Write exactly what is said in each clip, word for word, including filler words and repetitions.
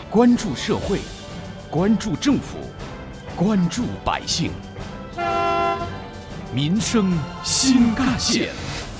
关注社会，关注政府，关注百姓，民生新干线。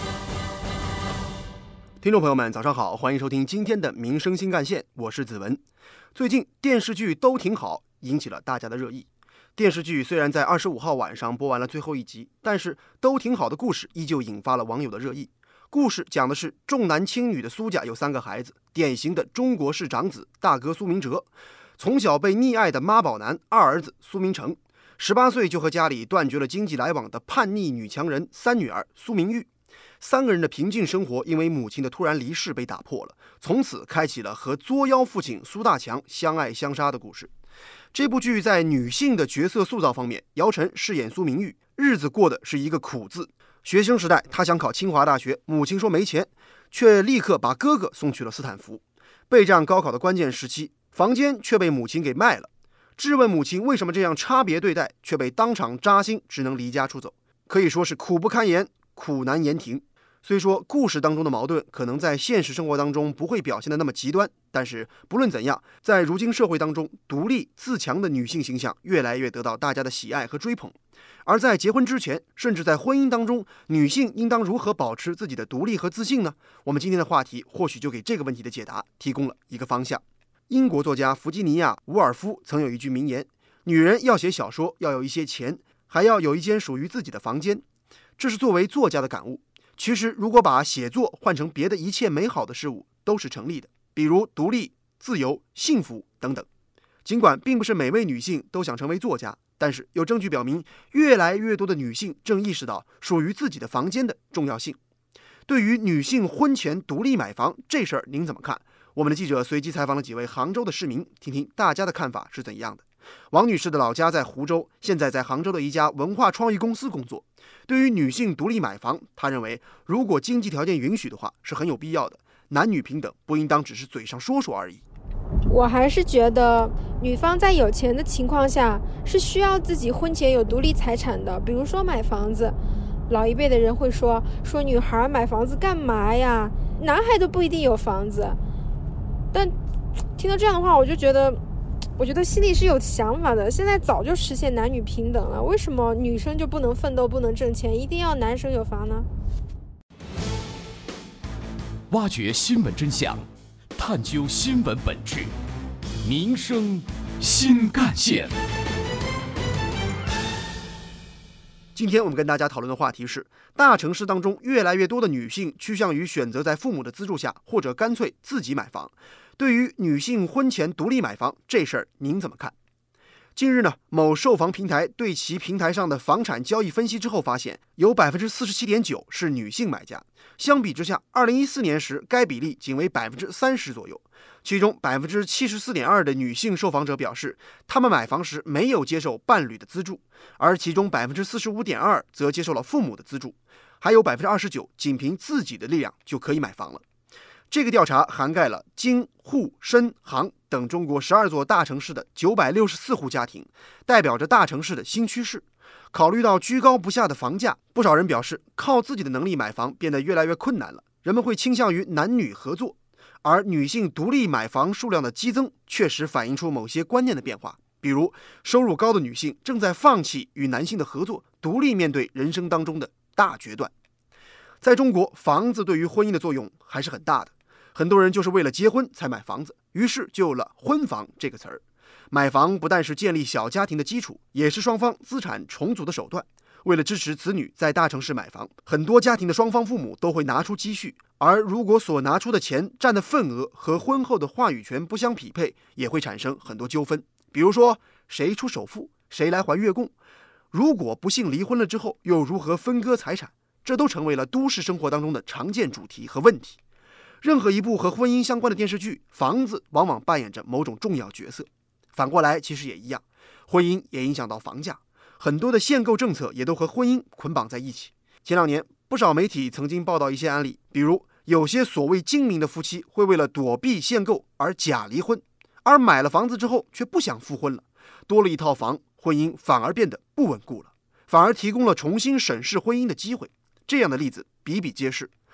听众朋友们，早上好，欢迎收听今天的民生新干线，我是子文。最近电视剧都挺好，引起了大家的热议。电视剧虽然在二十五号晚上播完了最后一集，但是都挺好的故事依旧引发了网友的热议。故事讲的是重男轻女的苏家有三个孩子，典型的中国式长子，大哥苏明哲，从小被溺爱的妈宝男二儿子苏明成，十八岁就和家里断绝了经济来往的叛逆女强人三女儿苏明玉。三个人的平静生活因为母亲的突然离世被打破了，从此开启了和作妖父亲苏大强相爱相杀的故事。这部剧在女性的角色塑造方面，姚晨饰演苏明玉，日子过的是一个苦字。学生时代，她想考清华大学，母亲说没钱，却立刻把哥哥送去了斯坦福。备战高考的关键时期，房间却被母亲给卖了。质问母亲为什么这样差别对待，却被当场扎心，只能离家出走。可以说是苦不堪言，苦难言停。虽说故事当中的矛盾可能在现实生活当中不会表现得那么极端，但是不论怎样，在如今社会当中，独立自强的女性形象越来越得到大家的喜爱和追捧。而在结婚之前，甚至在婚姻当中，女性应当如何保持自己的独立和自信呢？我们今天的话题或许就给这个问题的解答提供了一个方向。英国作家弗吉尼亚·伍尔夫曾有一句名言：女人要写小说，要有一些钱，还要有一间属于自己的房间。这是作为作家的感悟。其实如果把写作换成别的一切美好的事物，都是成立的，比如独立、自由、幸福等等。尽管并不是每位女性都想成为作家，但是有证据表明，越来越多的女性正意识到属于自己的房间的重要性。对于女性婚前独立买房这事儿，您怎么看？我们的记者随机采访了几位杭州的市民，听听大家的看法是怎样的。王女士的老家在湖州，现在在杭州的一家文化创意公司工作。对于女性独立买房，她认为如果经济条件允许的话，是很有必要的。男女平等不应当只是嘴上说说而已。 我还是觉得女方在有钱的情况下是需要自己婚前有独立财产的，比如说买房子。老一辈的人会说说女孩买房子干嘛呀，男孩都不一定有房子。但听到这样的话，我就觉得我觉得心里是有想法的。现在早就实现男女平等了，为什么女生就不能奋斗，不能挣钱，一定要男生有房呢？ 挖掘新闻真相，探究新闻本质，民生新干线。 今天我们跟大家讨论的话题是，大城市当中越来越多的女性趋向于选择在父母的资助下，或者干脆自己买房。对于女性婚前独立买房这事儿，您怎么看？近日呢，某售房平台对其平台上的房产交易分析之后发现，有 百分之四十七点九 是女性买家。相比之下，二零一四年时该比例仅为 百分之三十 左右。其中 百分之七十四点二 的女性受访者表示，她们买房时没有接受伴侣的资助，而其中 百分之四十五点二 则接受了父母的资助，还有 百分之二十九 仅凭自己的力量就可以买房了。这个调查涵盖了京、沪、深、杭等中国十二座大城市的九百六十四户家庭，代表着大城市的新趋势。考虑到居高不下的房价，不少人表示靠自己的能力买房变得越来越困难了，人们会倾向于男女合作。而女性独立买房数量的激增，确实反映出某些观念的变化，比如收入高的女性正在放弃与男性的合作，独立面对人生当中的大决断。在中国，房子对于婚姻的作用还是很大的。很多人就是为了结婚才买房子，于是就有了婚房这个词儿。买房不但是建立小家庭的基础，也是双方资产重组的手段。为了支持子女在大城市买房，很多家庭的双方父母都会拿出积蓄，而如果所拿出的钱占的份额和婚后的话语权不相匹配，也会产生很多纠纷。比如说，谁出首付，谁来还月供？如果不幸离婚了之后，又如何分割财产？这都成为了都市生活当中的常见主题和问题。任何一部和婚姻相关的电视剧，房子往往扮演着某种重要角色。反过来其实也一样，婚姻也影响到房价，很多的限购政策也都和婚姻捆绑在一起。前两年不少媒体曾经报道一些案例，比如有些所谓精明的夫妻会为了躲避限购而假离婚，而买了房子之后却不想复婚了，多了一套房，婚姻反而变得不稳固了，反而提供了重新审视婚姻的机会。这样的例子比比皆是。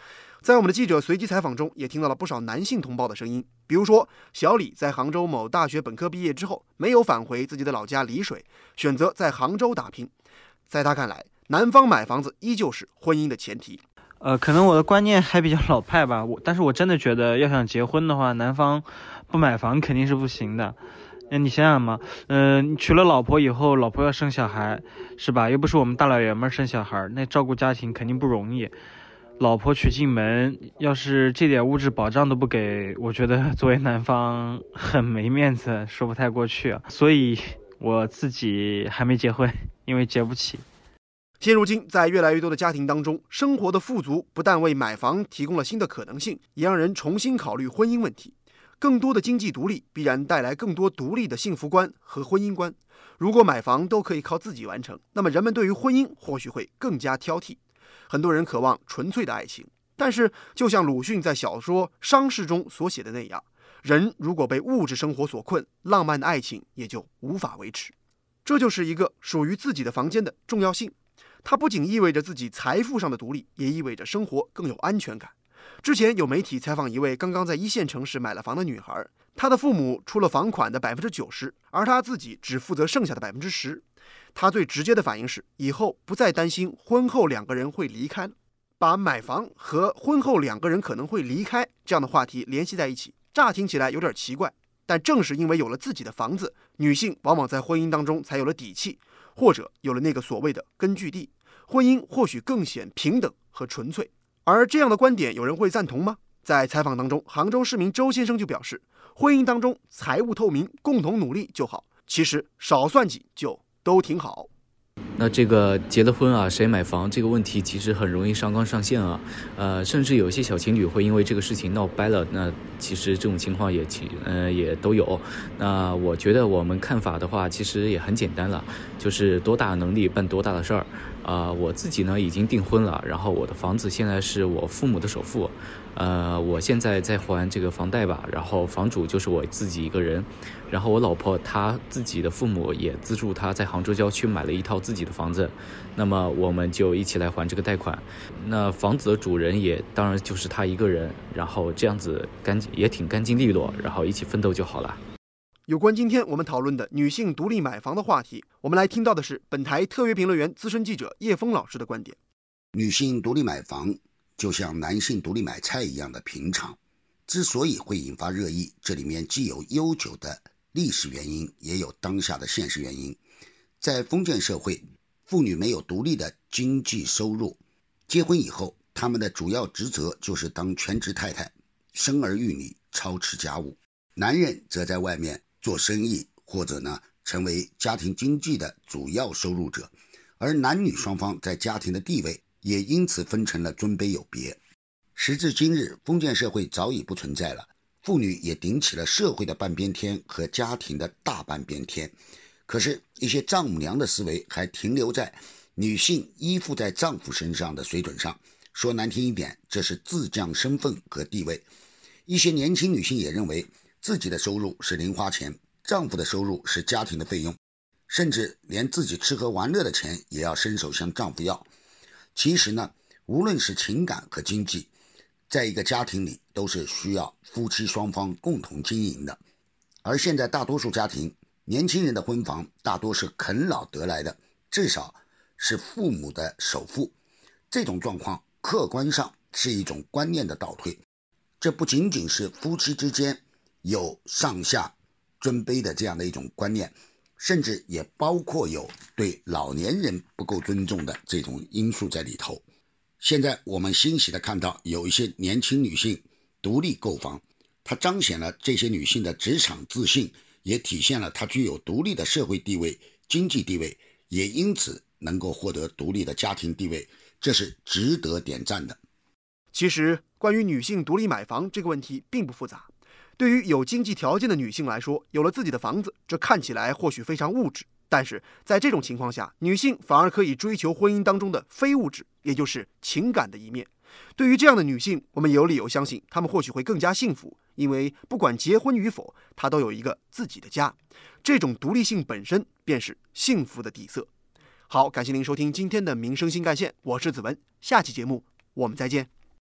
在我们的记者随机采访中，也听到了不少男性同胞的声音。比如说，小李在杭州某大学本科毕业之后，没有返回自己的老家丽水，选择在杭州打拼。在他看来，男方买房子依旧是婚姻的前提。 呃，可能我的观念还比较老派吧，我但是我真的觉得，要想结婚的话，男方不买房肯定是不行的。那你想想嘛，嗯、呃，娶了老婆以后，老婆要生小孩，是吧？又不是我们大老爷们生小孩，那照顾家庭肯定不容易。老婆娶进门，要是这点物质保障都不给，我觉得作为男方很没面子，说不太过去。所以我自己还没结婚，因为结不起。 现如今，在越来越多的家庭当中，生活的富足不但为买房提供了新的可能性，也让人重新考虑婚姻问题。更多的经济独立必然带来更多独立的幸福观和婚姻观。如果买房都可以靠自己完成，那么人们对于婚姻或许会更加挑剔。很多人渴望纯粹的爱情，但是就像鲁迅在小说《伤逝》中所写的那样，人如果被物质生活所困，浪漫的爱情也就无法维持。这就是一个属于自己的房间的重要性。它不仅意味着自己财富上的独立，也意味着生活更有安全感。之前有媒体采访一位刚刚在一线城市买了房的女孩，她的父母出了房款的百分之九十，而她自己只负责剩下的百分之十。她最直接的反应是，以后不再担心婚后两个人会离开了。把买房和婚后两个人可能会离开这样的话题联系在一起，乍听起来有点奇怪，但正是因为有了自己的房子，女性往往在婚姻当中才有了底气，或者有了那个所谓的根据地，婚姻或许更显平等和纯粹。而这样的观点有人会赞同吗？在采访当中，杭州市民周先生就表示，婚姻当中财务透明，共同努力就好，其实少算计就都挺好。 那这个结了婚啊，谁买房这个问题其实很容易上纲上线啊，呃，甚至有一些小情侣会因为这个事情闹掰了。那其实这种情况也其呃也都有。那我觉得我们看法的话，其实也很简单了，就是多大能力办多大的事儿。啊、呃，我自己呢已经订婚了，然后我的房子现在是我父母的首付，呃，我现在在还这个房贷吧，然后房主就是我自己一个人，然后我老婆她自己的父母也资助她在杭州郊区买了一套自己的房子，那么我们就一起来还这个贷款。那房子的主人也当然就是他一个人，然后这样子干也挺干净利落，然后一起奋斗就好了。 有关今天我们讨论的女性独立买房的话题，我们来听到的是本台特约评论员、资深记者叶峰老师的观点。 女性独立买房就像男性独立买菜一样的平常，之所以会引发热议，这里面既有悠久的历史原因，也有当下的现实原因。在封建社会，妇女没有独立的经济收入，结婚以后，她们的主要职责就是当全职太太，生儿育女，操持家务。男人则在外面做生意，或者呢成为家庭经济的主要收入者，而男女双方在家庭的地位也因此分成了尊卑有别。时至今日，封建社会早已不存在了，妇女也顶起了社会的半边天和家庭的大半边天。可是一些丈母娘的思维还停留在女性依附在丈夫身上的水准上，说难听一点，这是自降身份和地位。一些年轻女性也认为自己的收入是零花钱，丈夫的收入是家庭的费用，甚至连自己吃喝玩乐的钱也要伸手向丈夫要。其实呢，无论是情感和经济，在一个家庭里都是需要夫妻双方共同经营的。而现在大多数家庭，年轻人的婚房大多是啃老得来的，至少是父母的首付。这种状况客观上是一种观念的倒退，这不仅仅是夫妻之间有上下尊卑的这样的一种观念，甚至也包括有对老年人不够尊重的这种因素在里头。现在我们欣喜地看到有一些年轻女性独立购房，它彰显了这些女性的职场自信，也体现了她具有独立的社会地位、经济地位，也因此能够获得独立的家庭地位，这是值得点赞的。 其实关于女性独立买房这个问题并不复杂。对于有经济条件的女性来说，有了自己的房子，这看起来或许非常物质，但是在这种情况下，女性反而可以追求婚姻当中的非物质，也就是情感的一面。对于这样的女性，我们有理由相信她们或许会更加幸福，因为不管结婚与否，她都有一个自己的家。这种独立性本身便是幸福的底色。好，感谢您收听今天的民生新干线，我是子文，下期节目我们再见。